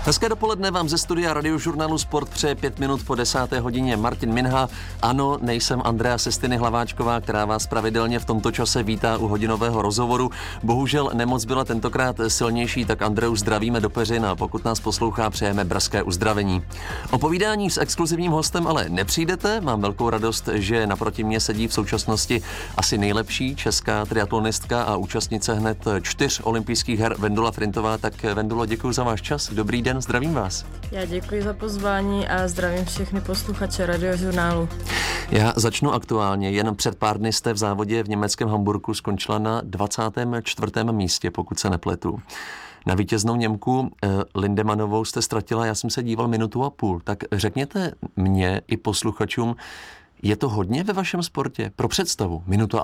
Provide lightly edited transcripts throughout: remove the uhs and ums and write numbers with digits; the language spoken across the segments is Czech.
Hezké dopoledne vám ze studia Radiožurnálu Sport přeje 5 minut po 10. hodině Martin Minha. Ano, nejsem Andrea Sestiny Hlaváčková, která vás pravidelně v tomto čase vítá u hodinového rozhovoru. Bohužel nemoc byla tentokrát silnější, tak Andreu zdravíme do peřin a pokud nás poslouchá, přejeme brzké uzdravení. O povídání s exkluzivním hostem ale nepřijdete. Mám velkou radost, že naproti mě sedí v současnosti asi nejlepší česká triatlonistka a účastnice hned 4 olympijských her Vendula Frintová. Tak Vendulo, děkuji za váš čas. Dobrý den, zdravím vás. Já děkuji za pozvání a zdravím všechny posluchače Radiožurnálu. Já začnu aktuálně. Jen před pár dny jste v závodě v německém Hamburku skončila na 24. místě, pokud se nepletu. Na vítěznou Němku Lindemanovou jste ztratila, já jsem se díval, 1,5 minuty. Tak řekněte mně i posluchačům, je to hodně ve vašem sportě? Pro představu, 1,5 minuty.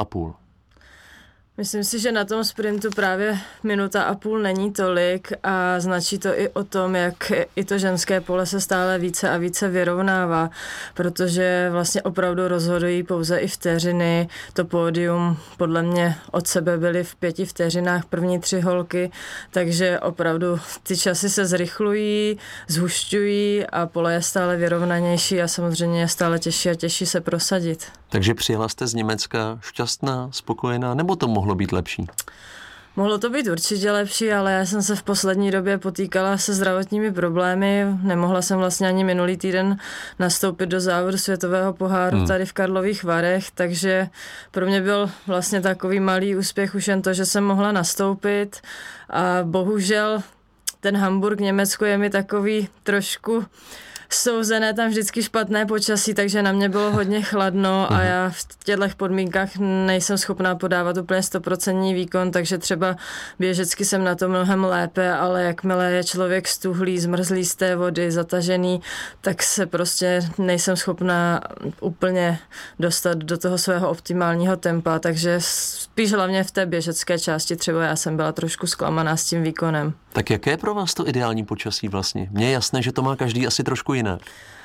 Myslím si, že na tom sprintu právě 1,5 minuty není tolik a značí to i o tom, jak i to ženské pole se stále více a více vyrovnává, protože vlastně opravdu rozhodují pouze i vteřiny. To pódium podle mě od sebe byly v 5 vteřinách první 3 holky, takže opravdu ty časy se zrychlují, zhušťují a pole je stále vyrovnanější a samozřejmě je stále těžší a těžší se prosadit. Takže přijela jste z Německa šťastná, spokojená, nebo to mohlo být lepší? Mohlo to být určitě lepší, ale já jsem se v poslední době potýkala se zdravotními problémy. Nemohla jsem vlastně ani minulý týden nastoupit do závodu světového poháru tady v Karlových Varech, takže pro mě byl vlastně takový malý úspěch už jen to, že jsem mohla nastoupit a bohužel ten Hamburg Německo je mi takový trošku souzené, tam vždycky špatné počasí, takže na mě bylo hodně chladno a já v těchto podmínkách nejsem schopná podávat úplně 100% výkon, takže třeba běžecky jsem na to mnohem lépe, ale jakmile je člověk stuhlý, zmrzlý z té vody, zatažený, tak se prostě nejsem schopná úplně dostat do toho svého optimálního tempa, takže spíš hlavně v té běžecké části třeba já jsem byla trošku zklamaná s tím výkonem. Tak jaké je pro vás to ideální počasí vlastně? Mně je jasné, že to má každý asi trošku jinak.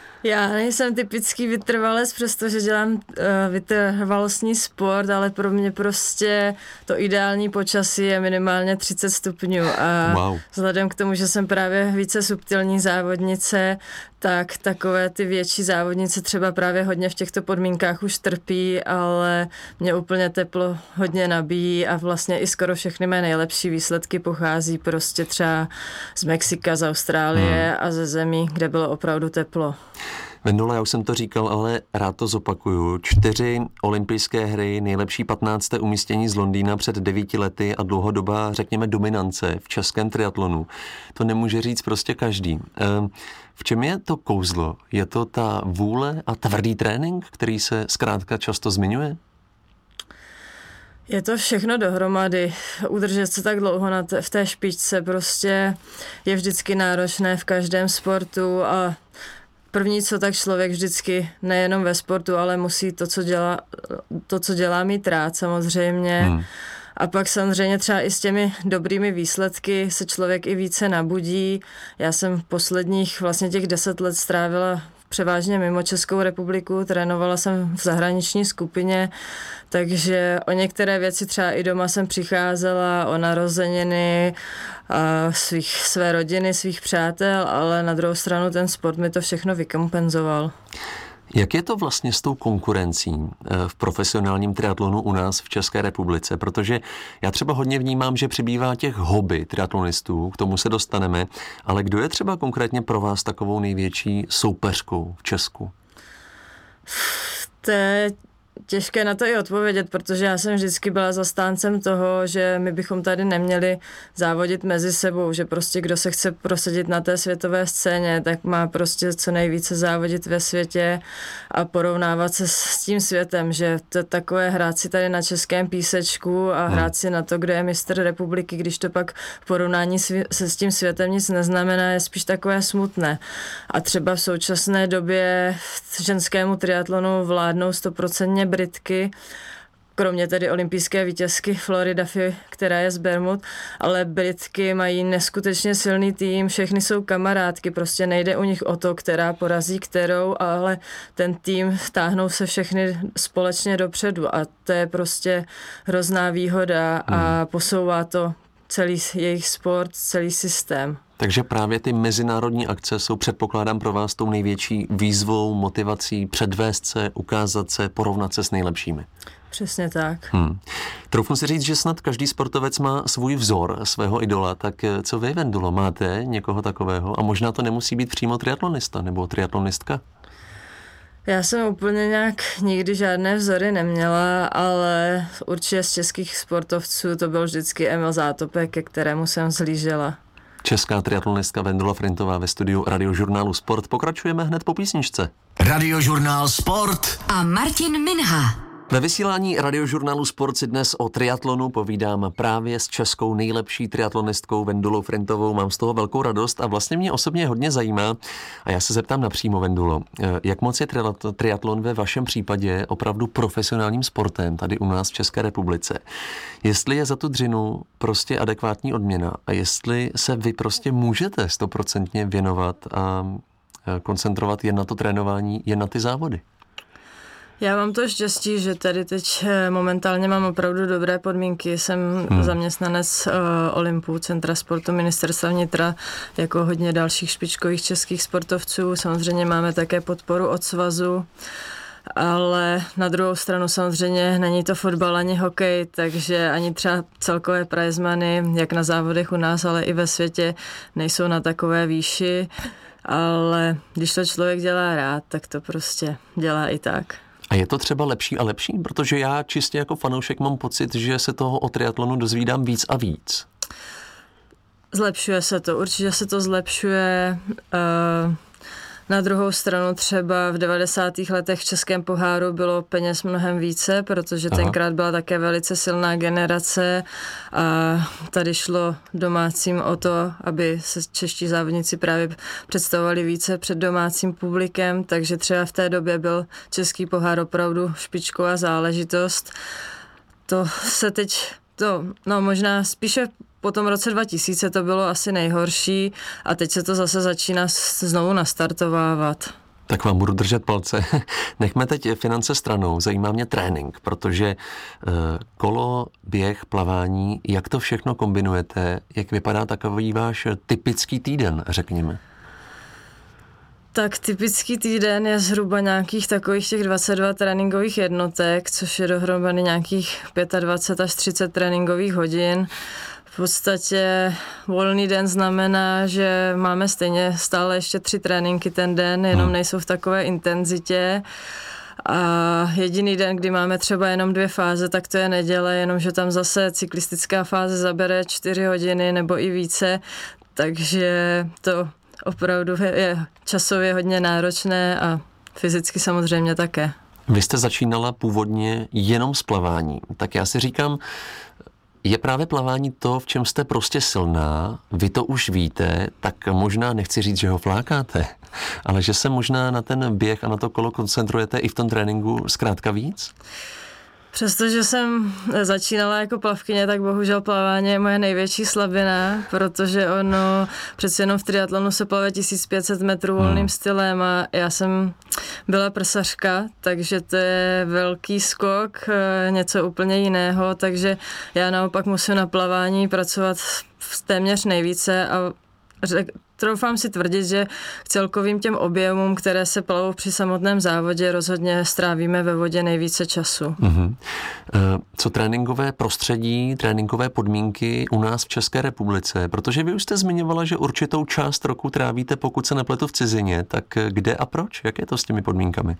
Já nejsem typický vytrvalec, přestože dělám vytrvalostní sport, ale pro mě prostě to ideální počasí je minimálně 30 stupňů a vzhledem k tomu, že jsem právě více subtilní závodnice, tak takové ty větší závodnice třeba právě hodně v těchto podmínkách už trpí, ale mě úplně teplo hodně nabíjí a vlastně i skoro všechny mé nejlepší výsledky pochází prostě třeba z Mexika, z Austrálie a ze zemí, kde bylo opravdu teplo. Vendula, já už jsem to říkal, ale rád to zopakuju. 4 olympijské hry, nejlepší 15. umístění z Londýna před 9 lety a dlouhodobá, řekněme, dominance v českém triatlonu. To nemůže říct prostě každý. V čem je to kouzlo? Je to ta vůle a tvrdý trénink, který se zkrátka často zmiňuje? Je to všechno dohromady. Udržet se tak dlouho v té špičce prostě je vždycky náročné v každém sportu a první, co tak člověk vždycky, nejenom ve sportu, ale musí to, co dělá, mít rád samozřejmě. A pak samozřejmě třeba i s těmi dobrými výsledky se člověk i více nabudí. Já jsem posledních vlastně těch 10 let strávila převážně mimo Českou republiku, trénovala jsem v zahraniční skupině, takže o některé věci třeba i doma jsem přicházela, o narozeniny své rodiny, svých přátel, ale na druhou stranu ten sport mi to všechno vykompenzoval. Jak je to vlastně s tou konkurencí v profesionálním triatlonu u nás v České republice? Protože já třeba hodně vnímám, že přibývá těch hobby triatlonistů, k tomu se dostaneme, ale kdo je třeba konkrétně pro vás takovou největší soupeřkou v Česku? To je těžké na to i odpovědět, protože já jsem vždycky byla zastáncem toho, že my bychom tady neměli závodit mezi sebou, že prostě kdo se chce prosadit na té světové scéně, tak má prostě co nejvíce závodit ve světě a porovnávat se s tím světem, že to takové hrát si tady na českém písečku a hrát si na to, kdo je mistr republiky, když to pak v porovnání se s tím světem nic neznamená, je spíš takové smutné. A třeba v současné době ženskému triatlonu vládnou 100% Britky, kromě tedy olympijské vítězky Flory Duffy, která je z Bermud, ale Britky mají neskutečně silný tým, všechny jsou kamarádky, prostě nejde u nich o to, která porazí kterou, ale ten tým táhnou se všechny společně dopředu a to je prostě hrozná výhoda a posouvá to celý jejich sport, celý systém. Takže právě ty mezinárodní akce jsou, předpokládám, pro vás tou největší výzvou, motivací předvést se, ukázat se, porovnat se s nejlepšími. Přesně tak. Troufnu si říct, že snad každý sportovec má svůj vzor, svého idola, tak co vy, Vendulo, máte někoho takového? A možná to nemusí být přímo triatlonista nebo triatlonistka? Já jsem úplně nějak nikdy žádné vzory neměla, ale určitě z českých sportovců to byl vždycky Emil Zátopek, ke kterému jsem zhlížela. Česká triatlonistka Vendula Frintová ve studiu Radiožurnálu Sport. Pokračujeme hned po písničce. Radiožurnál Sport a Martin Minha. Ve vysílání Radiožurnálu Sport si dnes o triatlonu povídám právě s českou nejlepší triatlonistkou Vendulou Frintovou. Mám z toho velkou radost a vlastně mě osobně hodně zajímá. A já se zeptám napřímo, Vendulo, jak moc je triatlon ve vašem případě opravdu profesionálním sportem tady u nás v České republice? Jestli je za tu dřinu prostě adekvátní odměna a jestli se vy prostě můžete 100% věnovat a koncentrovat jen na to trénování, jen na ty závody? Já mám to štěstí, že tady teď momentálně mám opravdu dobré podmínky. Jsem zaměstnanec Olympu, Centra sportu Ministerstva vnitra, jako hodně dalších špičkových českých sportovců. Samozřejmě máme také podporu od svazu, ale na druhou stranu samozřejmě není to fotbal ani hokej, takže ani třeba celkové prize money, jak na závodech u nás, ale i ve světě, nejsou na takové výši. Ale když to člověk dělá rád, tak to prostě dělá i tak. A je to třeba lepší a lepší? Protože já čistě jako fanoušek mám pocit, že se toho o triatlonu dozvídám víc a víc. Zlepšuje se to, určitě se to zlepšuje. Na druhou stranu třeba v 90. letech v Českém poháru bylo peněz mnohem více, protože tenkrát byla také velice silná generace a tady šlo domácím o to, aby se čeští závodníci právě představovali více před domácím publikem, takže třeba v té době byl Český pohár opravdu špičková záležitost. To se teď, možná spíše po tom roce 2000 to bylo asi nejhorší a teď se to zase začíná znovu nastartovávat. Tak vám budu držet palce. Nechme teď finance stranou, zajímá mě trénink, protože kolo, běh, plavání, jak to všechno kombinujete, jak vypadá takový váš typický týden, řekněme? Tak typický týden je zhruba nějakých takových těch 22 tréninkových jednotek, což je dohromady nějakých 25 až 30 tréninkových hodin. V podstatě volný den znamená, že máme stejně stále ještě 3 tréninky ten den, jenom nejsou v takové intenzitě. A jediný den, kdy máme třeba jenom 2 fáze, tak to je neděle, jenomže tam zase cyklistická fáze zabere 4 hodiny nebo i více, takže to opravdu je časově hodně náročné a fyzicky samozřejmě také. Vy jste začínala původně jenom s plavání, tak já si říkám, je právě plavání to, v čem jste prostě silná, vy to už víte, tak možná nechci říct, že ho flákáte, ale že se možná na ten běh a na to kolo koncentrujete i v tom tréninku zkrátka víc? Přestože jsem začínala jako plavkyně, tak bohužel plavání je moje největší slabina, protože ono přeci jenom v triatlonu se plave 1500 metrů volným stylem a já jsem byla prsařka, takže to je velký skok, něco úplně jiného, takže já naopak musím na plavání pracovat téměř nejvíce a troufám si tvrdit, že k celkovým těm objemům, které se plavou při samotném závodě, rozhodně strávíme ve vodě nejvíce času. Co tréninkové prostředí, tréninkové podmínky u nás v České republice? Protože vy už jste zmiňovala, že určitou část roku trávíte, pokud se nepletu, v cizině, tak kde a proč? Jak je to s těmi podmínkami?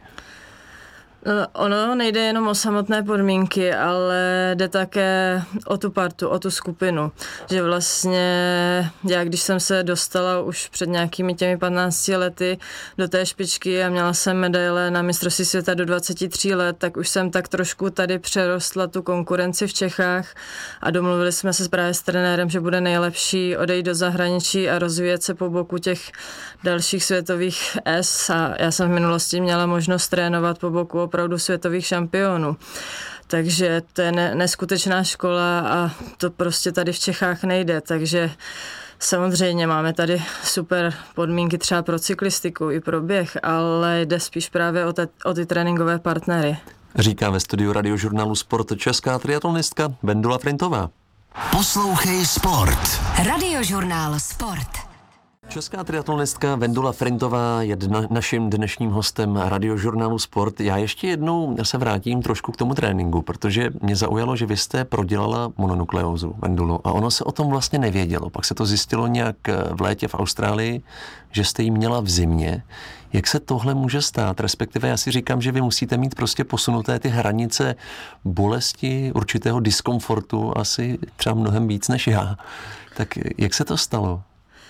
Ono nejde jenom o samotné podmínky, ale jde také o tu partu, o tu skupinu. Že vlastně já, když jsem se dostala už před nějakými těmi 15 lety do té špičky a měla jsem medaile na mistrovství světa do 23 let, tak už jsem tak trošku tady přerostla tu konkurenci v Čechách a domluvili jsme se právě s trenérem, že bude nejlepší odejít do zahraničí a rozvíjet se po boku těch dalších světových S. A já jsem v minulosti měla možnost trénovat po boku opravdu světových šampionů. Takže to je neskutečná škola a to prostě tady v Čechách nejde. Takže samozřejmě máme tady super podmínky třeba pro cyklistiku i pro běh, ale jde spíš právě o ty tréninkové partnery. Říká ve studiu Radiožurnálu Sport česká triatlonistka Vendula Frintová. Poslouchej Sport. Radiožurnál Sport. Česká triatlonistka Vendula Frintová je naším dnešním hostem Radiožurnálu Sport. Já ještě jednou se vrátím trošku k tomu tréninku, protože mě zaujalo, že vy jste prodělala mononukleózu, Vendulo, a ono se o tom vlastně nevědělo. Pak se to zjistilo nějak v létě v Austrálii, že jste ji měla v zimě. Jak se tohle může stát? Respektive já si říkám, že vy musíte mít prostě posunuté ty hranice bolesti, určitého diskomfortu, asi třeba mnohem víc než já. Tak jak se to stalo?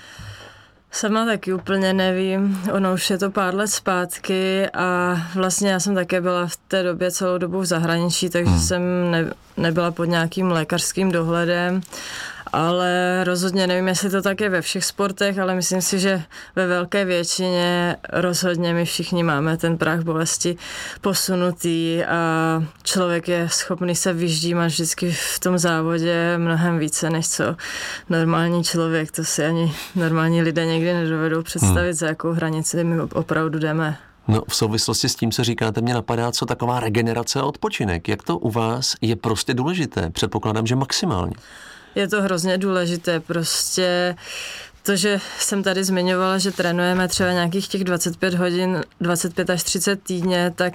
Sama taky úplně nevím, ono už je to pár let zpátky a vlastně já jsem také byla v té době celou dobu v zahraničí, takže jsem nebyla pod nějakým lékařským dohledem, ale rozhodně nevím, jestli to tak je ve všech sportech, ale myslím si, že ve velké většině rozhodně my všichni máme ten práh bolesti posunutý a člověk je schopný se vyždímat vždycky v tom závodě mnohem více, než co normální člověk. To si ani normální lidé někdy nedovedou představit, za jakou hranici my opravdu jdeme. No, v souvislosti s tím, co říkáte, mě napadá, co taková regenerace a odpočinek. Jak to u vás je prostě důležité? Předpokládám, že maximálně. Je to hrozně důležité, prostě to, že jsem tady zmiňovala, že trénujeme třeba nějakých těch 25 hodin, 25 až 30 týdně, tak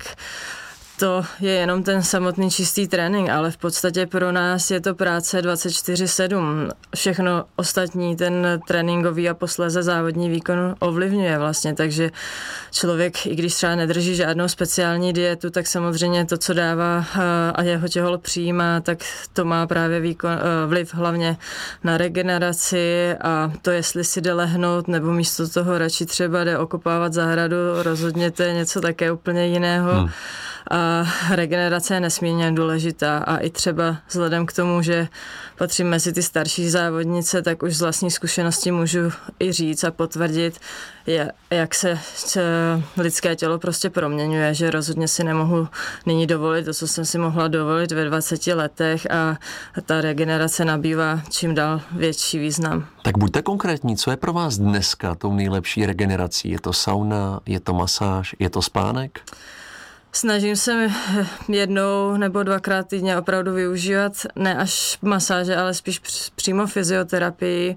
to je jenom ten samotný čistý trénink, ale v podstatě pro nás je to práce 24/7. Všechno ostatní ten tréninkový a posléze závodní výkon ovlivňuje vlastně, takže člověk, i když třeba nedrží žádnou speciální dietu, tak samozřejmě to, co dává a jeho tělo přijímá, tak to má právě vliv hlavně na regeneraci a to, jestli si jde lehnout nebo místo toho radši třeba jde okopávat zahradu, rozhodně to je něco také úplně jiného. A regenerace je nesmírně důležitá a i třeba vzhledem k tomu, že patřím mezi ty starší závodnice, tak už z vlastní zkušenosti můžu i říct a potvrdit, jak se lidské tělo prostě proměňuje, že rozhodně si nemohu nyní dovolit to, co jsem si mohla dovolit ve 20 letech a ta regenerace nabývá čím dál větší význam. Tak buďte konkrétní, co je pro vás dneska tou nejlepší regenerací? Je to sauna, je to masáž, je to spánek? Snažím se jednou nebo 2krát týdně opravdu využívat ne až masáže, ale spíš přímo fyzioterapii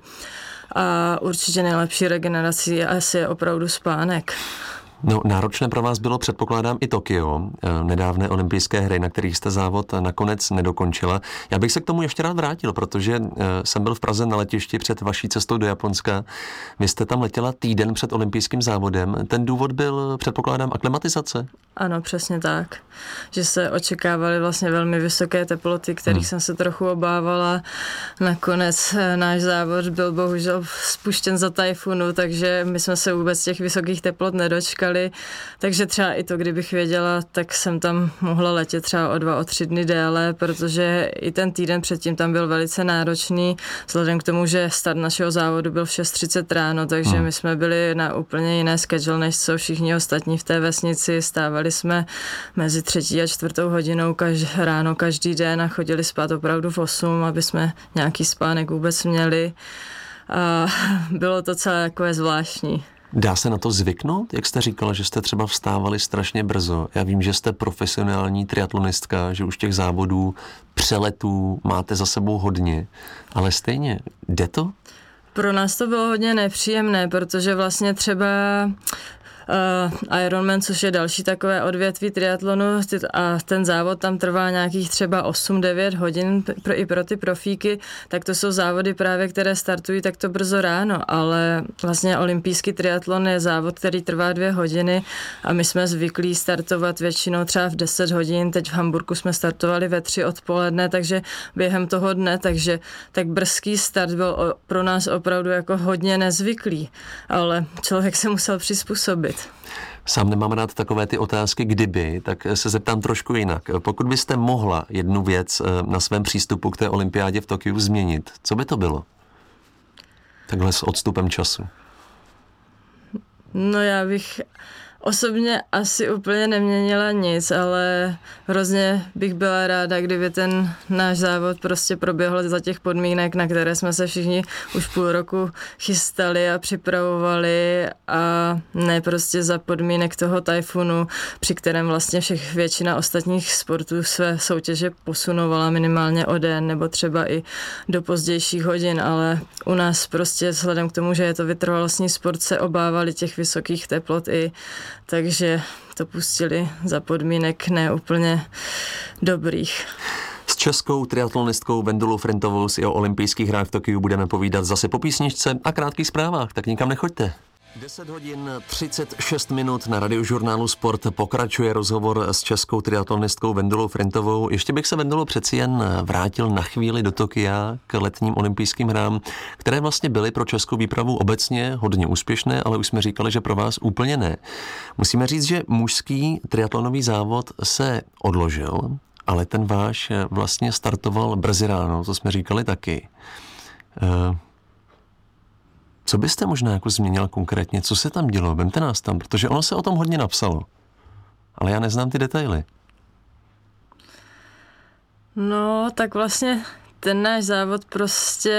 a určitě nejlepší regenerací asi je opravdu spánek. No, náročné pro vás bylo, předpokládám, i Tokio, nedávné olympijské hry, na kterých jste závod nakonec nedokončila. Já bych se k tomu ještě rád vrátil, protože jsem byl v Praze na letišti před vaší cestou do Japonska. Vy jste tam letěla týden před olympijským závodem. Ten důvod byl, předpokládám, aklimatizace? Ano, přesně tak. Že se očekávaly vlastně velmi vysoké teploty, kterých jsem se trochu obávala. Nakonec náš závod byl bohužel spuštěn za tajfunu, takže my jsme se vůbec těch vysokých teplot nedočkali. Takže třeba i to, kdybych věděla, tak jsem tam mohla letět třeba o 2-3 dny déle, protože i ten týden předtím tam byl velice náročný, vzhledem k tomu, že start našeho závodu byl v 6:30 ráno, takže my jsme byli na úplně jiné schedule, než co všichni ostatní v té vesnici. Stávali jsme mezi 3. a 4. hodinou ráno každý den a chodili spát opravdu v 8, aby jsme nějaký spánek vůbec měli. A bylo to celé takové zvláštní. Dá se na to zvyknout? Jak jste říkala, že jste třeba vstávali strašně brzo. Já vím, že jste profesionální triatlonistka, že už těch závodů, přeletů máte za sebou hodně, ale stejně, jde to? Pro nás to bylo hodně nepříjemné, protože vlastně třeba Ironman, což je další takové odvětví triatlonu a ten závod tam trvá nějakých třeba 8-9 hodin i pro ty profíky, tak to jsou závody právě, které startují takto brzo ráno, ale vlastně olympijský triatlon je závod, který trvá 2 hodiny a my jsme zvyklí startovat většinou třeba v 10 hodin, teď v Hamburku jsme startovali ve 3 odpoledne, takže během toho dne, takže tak brzký start byl pro nás opravdu jako hodně nezvyklý, ale člověk se musel přizpůsobit. Sám nemám rád takové ty otázky kdyby, tak se zeptám trošku jinak. Pokud byste mohla jednu věc na svém přístupu k té olympiádě v Tokiu změnit, co by to bylo? Takhle s odstupem času. No já bych Osobně asi úplně neměnila nic, ale hrozně bych byla ráda, kdyby ten náš závod prostě proběhl za těch podmínek, na které jsme se všichni už půl roku chystali a připravovali a ne prostě za podmínek toho tajfunu, při kterém vlastně většina ostatních sportů své soutěže posunovala minimálně o den nebo třeba i do pozdějších hodin, ale u nás prostě vzhledem k tomu, že je to vytrvalostní sport, se obávali těch vysokých teplot i, takže to pustili za podmínek neúplně dobrých. S českou triatlonistkou Vendulou Frintovou si o olympijských hrách v Tokiu budeme povídat zase po písničce a krátkých zprávách, tak nikam nechoďte. 10 hodin 36 minut na Radiožurnálu Sport pokračuje rozhovor s českou triatlonistkou Vendulou Frintovou. Ještě bych se, Vendulo, přeci jen vrátil na chvíli do Tokia k letním olympijským hrám, které vlastně byly pro českou výpravu obecně hodně úspěšné, ale už jsme říkali, že pro vás úplně ne. Musíme říct, že mužský triatlonový závod se odložil, ale ten váš vlastně startoval brzy ráno, to jsme říkali taky. Co byste možná jako změnil konkrétně? Co se tam dělo? Vemte nás tam, protože ono se o tom hodně napsalo. Ale já neznám ty detaily. No, tak vlastně ten náš závod prostě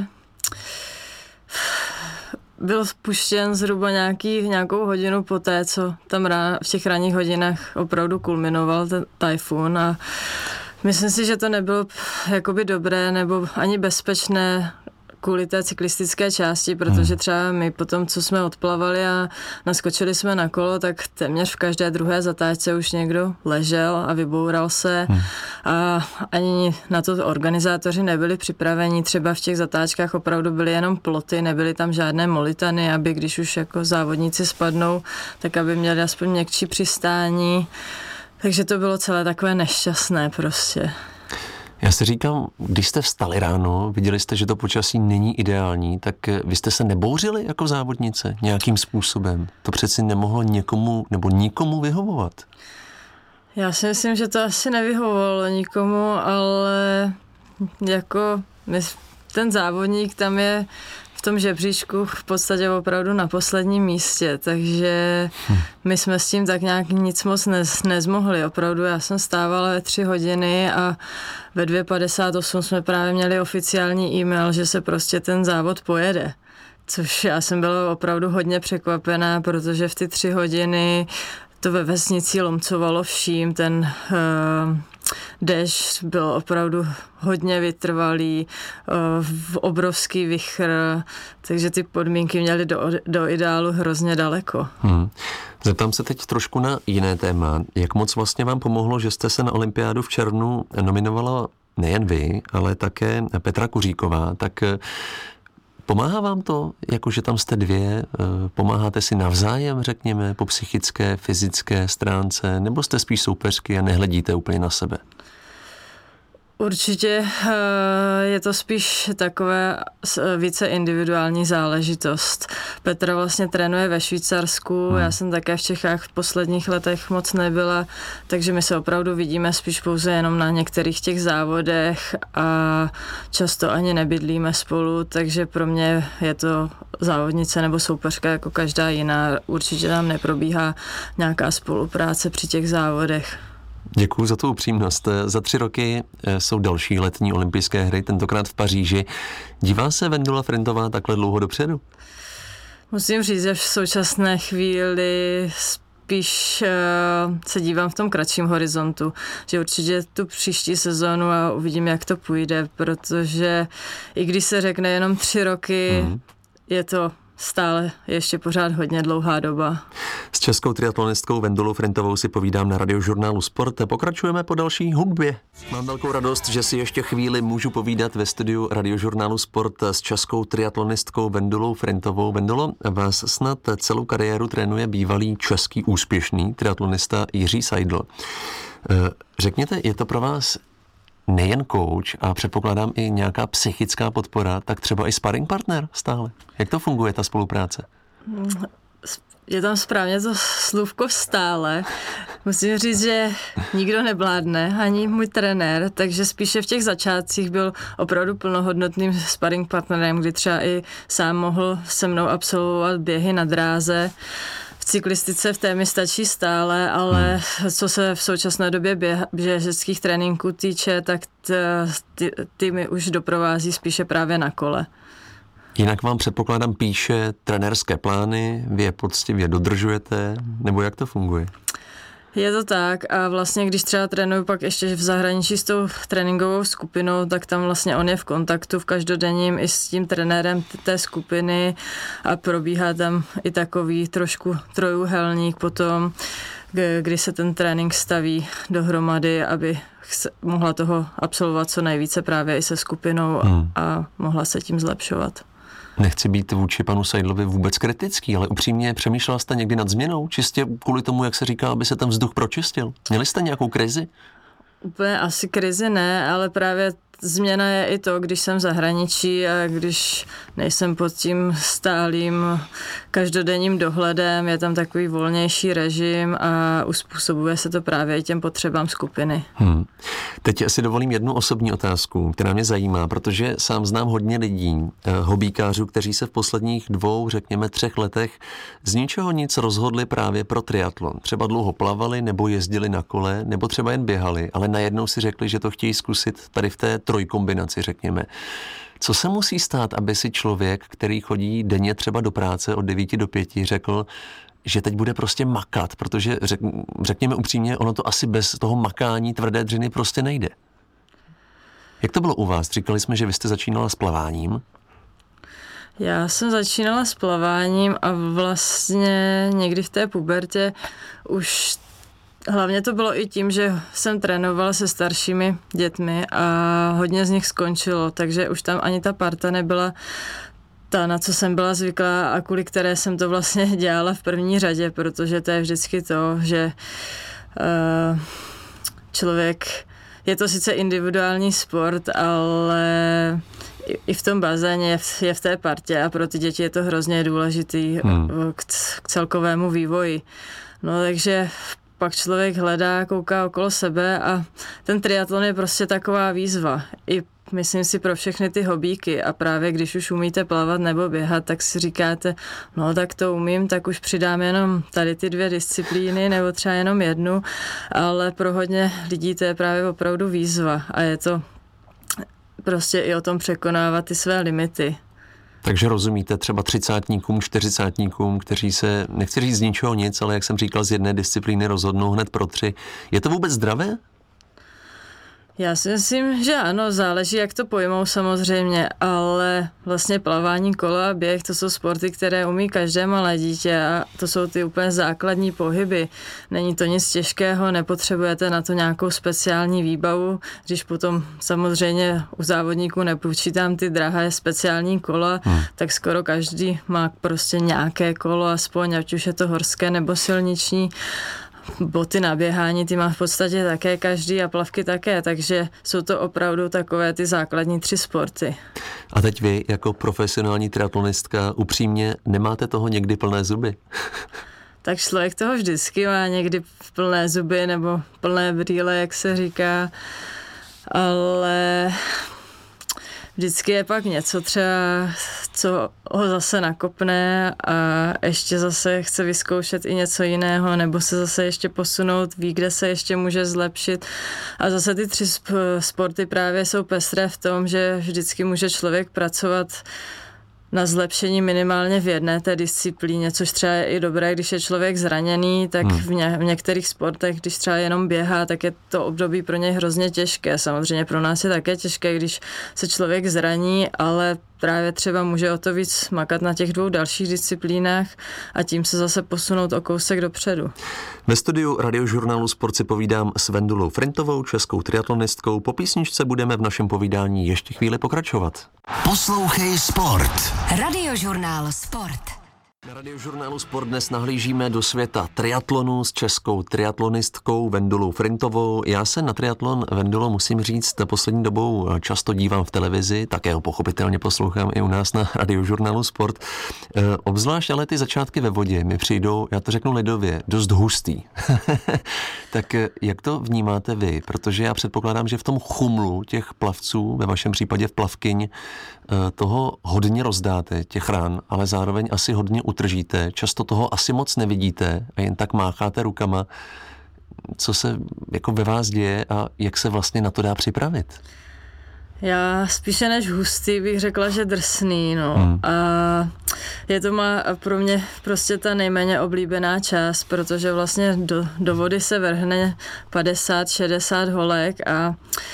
byl spuštěn zhruba nějakou hodinu poté, co tam v těch ranních hodinách opravdu kulminoval ten tajfun a myslím si, že to nebylo jakoby dobré nebo ani bezpečné kvůli té cyklistické části, protože třeba my potom, co jsme odplavali a naskočili jsme na kolo, tak téměř v každé druhé zatáčce už někdo ležel a vyboural se a ani na to organizátoři nebyli připraveni. Třeba v těch zatáčkách opravdu byly jenom ploty, nebyly tam žádné molitany, aby když už jako závodníci spadnou, tak aby měli aspoň měkčí přistání. Takže to bylo celé takové nešťastné prostě. Já si říkám, když jste vstali ráno, viděli jste, že to počasí není ideální, tak vy jste se nebouřili jako závodnice nějakým způsobem? To přeci nemohlo někomu nebo nikomu vyhovovat. Já si myslím, že to asi nevyhovovalo nikomu, ale jako ten závodník tam je v tom žebříčku v podstatě opravdu na posledním místě, takže my jsme s tím tak nějak nic moc nezmohli. Opravdu já jsem stávala ve 3 hodiny a ve 2:58 jsme právě měli oficiální e-mail, že se prostě ten závod pojede. Což já jsem byla opravdu hodně překvapená, protože v ty 3 hodiny to ve vesnici lomcovalo vším, ten déšť byl opravdu hodně vytrvalý, obrovský vichr, takže ty podmínky měly do ideálu hrozně daleko. Zeptám se teď trošku na jiné téma. Jak moc vlastně vám pomohlo, že jste se na olympiádu v červnu nominovala nejen vy, ale také Petra Kuříková, tak pomáhá vám to, jakože tam jste dvě, pomáháte si navzájem, řekněme, po psychické, fyzické stránce, nebo jste spíš soupeřky a nehledíte úplně na sebe? Určitě je to spíš takové více individuální záležitost. Petra vlastně trénuje ve Švýcarsku, já jsem také v Čechách v posledních letech moc nebyla, takže my se opravdu vidíme spíš pouze jenom na některých těch závodech a často ani nebydlíme spolu, takže pro mě je to závodnice nebo soupeřka jako každá jiná. Určitě tam neprobíhá nějaká spolupráce při těch závodech. Děkuju za tu upřímnost. Za 3 roky jsou další letní olympijské hry, tentokrát v Paříži. Dívá se Vendula Frintová takhle dlouho dopředu? Musím říct, že v současné chvíli spíš se dívám v tom kratším horizontu, že určitě tu příští sezónu a uvidím, jak to půjde, protože i když se řekne jenom 3 roky, je to stále ještě pořád hodně dlouhá doba. S českou triatlonistkou Vendulou Frintovou si povídám na Radiožurnálu Sport. Pokračujeme po další hudbě. Mám velkou radost, že si ještě chvíli můžu povídat ve studiu Radiožurnálu Sport s českou triatlonistkou Vendulou Frintovou. Vendulo, vás snad celou kariéru trénuje bývalý český úspěšný triatlonista Jiří Seidl. Řekněte, je to pro vás nejen coach a předpokládám i nějaká psychická podpora, tak třeba i sparring partner stále. Jak to funguje, ta spolupráce? Je tam správně to slůvko stále. Musím říct, že nikdo nebládne, ani můj trenér, takže spíše v těch začátcích byl opravdu plnohodnotným sparring partnerem, kdy třeba i sám mohl se mnou absolvovat běhy na dráze. V cyklistice v té mi stačí stále, ale co se v současné době běžeckých tréninků týče, tak ty mi už doprovází spíše právě na kole. Jinak vám předpokládám píše trenérské plány, vy je poctivě dodržujete, nebo jak to funguje? Je to tak a vlastně když třeba trénuju pak ještě v zahraničí s tou tréninkovou skupinou, tak tam vlastně on je v kontaktu v každodenním i s tím trenérem té skupiny a probíhá tam i takový trošku trojúhelník potom, kdy se ten trénink staví dohromady, aby mohla toho absolvovat co nejvíce právě i se skupinou a mohla se tím zlepšovat. Nechci být vůči panu Seidlovi vůbec kritický, ale upřímně přemýšlela jste někdy nad změnou? Čistě kvůli tomu, jak se říká, aby se ten vzduch pročistil? Měli jste nějakou krizi? Úplně asi krizi ne, ale právě změna je i to, když jsem v zahraničí a když nejsem pod tím stálým každodenním dohledem, je tam takový volnější režim a uspůsobuje se to právě i těm potřebám skupiny. Teď si dovolím jednu osobní otázku, která mě zajímá, protože sám znám hodně lidí, hobíkářů, kteří se v posledních 2, řekněme 3 letech z ničeho nic rozhodli právě pro triatlon. Třeba dlouho plavali, nebo jezdili na kole, nebo třeba jen běhali, ale najednou si řekli, že to chtějí zkusit tady v té trojkombinaci, řekněme. Co se musí stát, aby si člověk, který chodí denně třeba do práce od 9 do 5, řekl, že teď bude prostě makat, protože řekněme upřímně, ono to asi bez toho makání tvrdé dřiny prostě nejde. Jak to bylo u vás? Říkali jsme, že vy jste začínala s plaváním. Já jsem začínala s plaváním a vlastně někdy v té pubertě už hlavně to bylo i tím, že jsem trénovala se staršími dětmi a hodně z nich skončilo, takže už tam ani ta parta nebyla ta, na co jsem byla zvyklá a kvůli které jsem to vlastně dělala v první řadě, protože to je vždycky to, že člověk, je to sice individuální sport, ale i v tom bazéně je v té partě a pro ty děti je to hrozně důležitý k celkovému vývoji. No takže pak člověk hledá, kouká okolo sebe a ten triatlon je prostě taková výzva. I myslím si pro všechny ty hobíky a právě když už umíte plavat nebo běhat, tak si říkáte, no tak to umím, tak už přidám jenom tady ty 2 disciplíny nebo třeba jenom jednu, ale pro hodně lidí to je právě opravdu výzva a je to prostě i o tom překonávat ty své limity. Takže rozumíte třeba 30-tníkům, 40-tníkům, kteří se, nechci říct z ničeho nic, ale jak jsem říkal, z jedné disciplíny rozhodnou hned pro 3. Je to vůbec zdravé? Já si myslím, že ano, záleží, jak to pojmou samozřejmě, ale vlastně plavání, kola a běh, to jsou sporty, které umí každé malé dítě a to jsou ty úplně základní pohyby. Není to nic těžkého, nepotřebujete na to nějakou speciální výbavu, když potom samozřejmě u závodníků nepočítám ty drahé speciální kola, tak skoro každý má prostě nějaké kolo, aspoň ať už je to horské nebo silniční. Boty na běhání, ty má v podstatě také každý a plavky také, takže jsou to opravdu takové ty základní 3 sporty. A teď vy, jako profesionální triatlonistka, upřímně nemáte toho někdy plné zuby? Tak člověk toho vždycky má někdy plné zuby nebo plné brýle, jak se říká, ale vždycky je pak něco třeba, co ho zase nakopne a ještě zase chce vyzkoušet i něco jiného, nebo se zase ještě posunout, ví, kde se ještě může zlepšit. A zase ty 3 sporty právě jsou pestré v tom, že vždycky může člověk pracovat na zlepšení minimálně v jedné té disciplíně, což třeba je i dobré, když je člověk zraněný, tak v některých sportech, když třeba jenom běhá, tak je to období pro něj hrozně těžké. Samozřejmě pro nás je také těžké, když se člověk zraní, ale právě třeba může o to víc makat na těch 2 dalších disciplínách a tím se zase posunout o kousek dopředu. Ve studiu Radiožurnálu Sport si povídám s Vendulou Frintovou, českou triatlonistkou. Po písničce budeme v našem povídání ještě chvíli pokračovat. Poslouchej Sport. Radiožurnál Sport. Na Radiožurnálu Sport dnes nahlížíme do světa triatlonu s českou triatlonistkou Vendulou Frintovou. Já se na triatlon, Vendulo, musím říct, poslední dobou často dívám v televizi, také ho pochopitelně poslouchám i u nás na Radiožurnálu Sport. Obzvlášť ale ty začátky ve vodě mi přijdou, já to řeknu lidově, dost hustý. Tak jak to vnímáte vy? Protože já předpokládám, že v tom chumlu těch plavců, ve vašem případě v plavkyň, toho hodně rozdáte, těch ran, ale zároveň asi hodně utržíte, často toho asi moc nevidíte a jen tak mácháte rukama. Co se jako ve vás děje a jak se vlastně na to dá připravit? Já spíše než hustý bych řekla, že drsný, no. A je to pro mě prostě ta nejméně oblíbená část, protože vlastně do vody se vrhne 50-60 holek a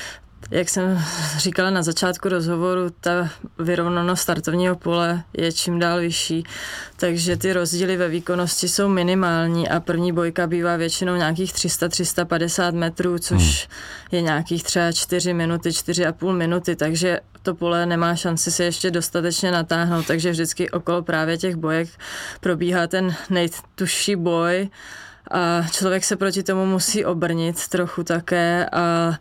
jak jsem říkala na začátku rozhovoru, ta vyrovnanost startovního pole je čím dál vyšší, takže ty rozdíly ve výkonnosti jsou minimální a první bojka bývá většinou nějakých 300-350 metrů, což je nějakých třeba 4 minuty, 4,5 minuty, takže to pole nemá šanci se ještě dostatečně natáhnout, takže vždycky okolo právě těch bojek probíhá ten nejtužší boj a člověk se proti tomu musí obrnit trochu také a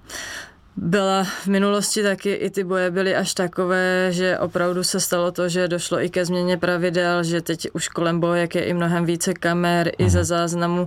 byla v minulosti taky, i ty boje byly až takové, že opravdu se stalo to, že došlo i ke změně pravidel, že teď už kolem bojek je i mnohem více kamer, i ze záznamu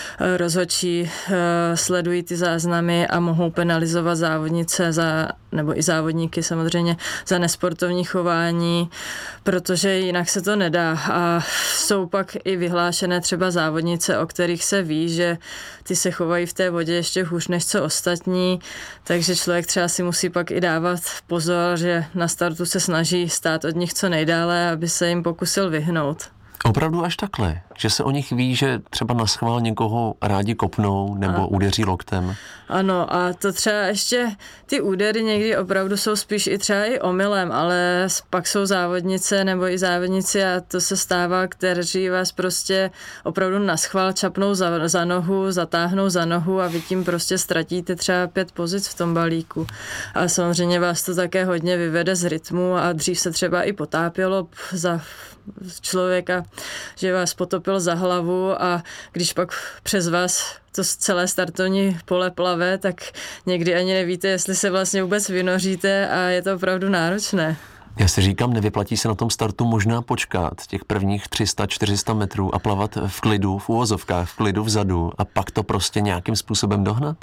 rozhodčí sledují ty záznamy a mohou penalizovat závodnice nebo i závodníky samozřejmě za nesportovní chování, protože jinak se to nedá. A jsou pak i vyhlášené třeba závodnice, o kterých se ví, že ty se chovají v té vodě ještě hůř než co ostatní, takže člověk třeba si musí pak i dávat pozor, že na startu se snaží stát od nich co nejdále, aby se jim pokusil vyhnout. Opravdu až takhle, že se o nich ví, že třeba naschvál někoho rádi kopnou nebo udeří loktem. Ano, a to třeba ještě ty údery někdy opravdu jsou spíš i třeba i omylem, ale pak jsou závodnice nebo i závodníci a to se stává, kteří vás prostě opravdu naschvál čapnou za nohu, zatáhnou za nohu a vy tím prostě ztratíte třeba 5 pozic v tom balíku. A samozřejmě vás to také hodně vyvede z rytmu a dřív se třeba i potápělo za člověka, že vás potopil za hlavu a když pak přes vás to celé startovní pole plave, tak někdy ani nevíte, jestli se vlastně vůbec vynoříte a je to opravdu náročné. Já si říkám, nevyplatí se na tom startu možná počkat těch prvních 300-400 metrů a plavat v klidu, v uvozovkách, v klidu vzadu a pak to prostě nějakým způsobem dohnat?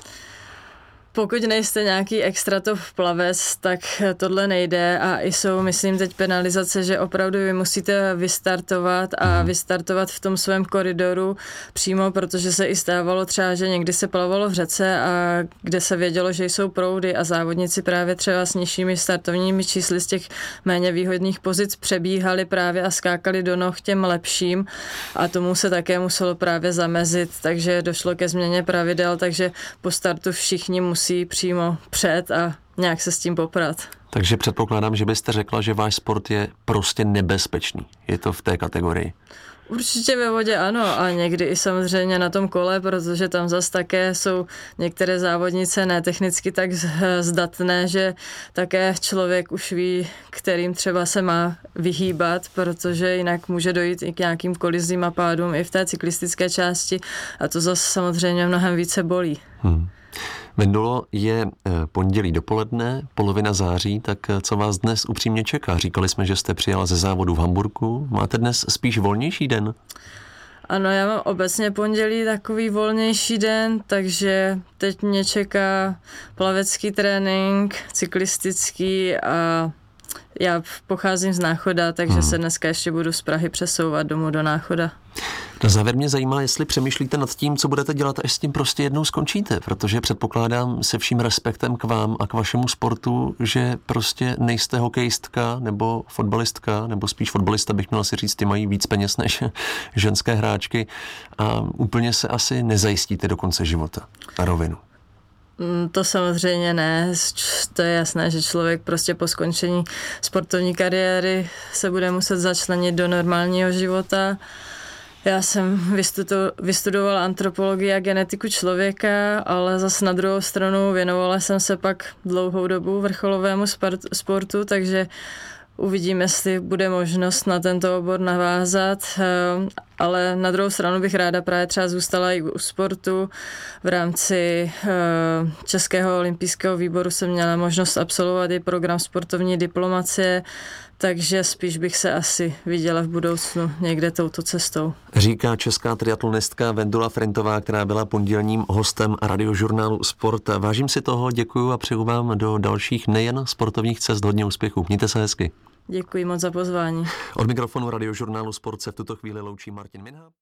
Pokud nejste nějaký extra top plavec, tak tohle nejde a jsou, myslím, teď penalizace, že opravdu vy musíte vystartovat a vystartovat v tom svém koridoru přímo, protože se i stávalo třeba, že někdy se plavalo v řece a kde se vědělo, že jsou proudy a závodníci právě třeba s nižšími startovními čísly z těch méně výhodných pozic přebíhali právě a skákali do noh těm lepším a tomu se také muselo právě zamezit, takže došlo ke změně pravidel, takže po startu všichni musí přímo před a nějak se s tím poprat. Takže předpokládám, že byste řekla, že váš sport je prostě nebezpečný. Je to v té kategorii? Určitě ve vodě ano a někdy i samozřejmě na tom kole, protože tam zas také jsou některé závodnice netechnicky tak zdatné, že také člověk už ví, kterým třeba se má vyhýbat, protože jinak může dojít i k nějakým kolizím a pádům i v té cyklistické části a to zas samozřejmě mnohem více bolí. Vendolo, je pondělí dopoledne, polovina září, tak co vás dnes upřímně čeká? Říkali jsme, že jste přijela ze závodu v Hamburku. Máte dnes spíš volnější den? Ano, já mám obecně pondělí takový volnější den, takže teď mě čeká plavecký trénink, cyklistický a já pocházím z Náchoda, takže se dneska ještě budu z Prahy přesouvat domů do Náchoda. Na závěr mě zajímá, jestli přemýšlíte nad tím, co budete dělat, až s tím prostě jednou skončíte, protože předpokládám se vším respektem k vám a k vašemu sportu, že prostě nejste hokejistka nebo fotbalistka, nebo spíš fotbalista bych měl si říct, ty mají víc peněz než ženské hráčky a úplně se asi nezajistíte do konce života na rovinu. To samozřejmě ne, to je jasné, že člověk prostě po skončení sportovní kariéry se bude muset začlenit do normálního života. Já jsem vystudovala antropologii a genetiku člověka, ale zase na druhou stranu věnovala jsem se pak dlouhou dobu vrcholovému sportu, takže uvidíme, jestli bude možnost na tento obor navázat, ale na druhou stranu bych ráda právě třeba zůstala i u sportu. V rámci Českého olympijského výboru jsem měla možnost absolvovat i program sportovní diplomacie, takže spíš bych se asi viděla v budoucnu někde touto cestou. Říká česká triatlonistka Vendula Frintová, která byla pondělním hostem Radiožurnálu Sport. Vážím si toho, děkuju a přeju vám do dalších nejen sportovních cest hodně úspěchů. Mějte se hezky. Děkuji moc za pozvání. Od mikrofonu Radiožurnálu Sport se v tuto chvíli loučí Martin Minha.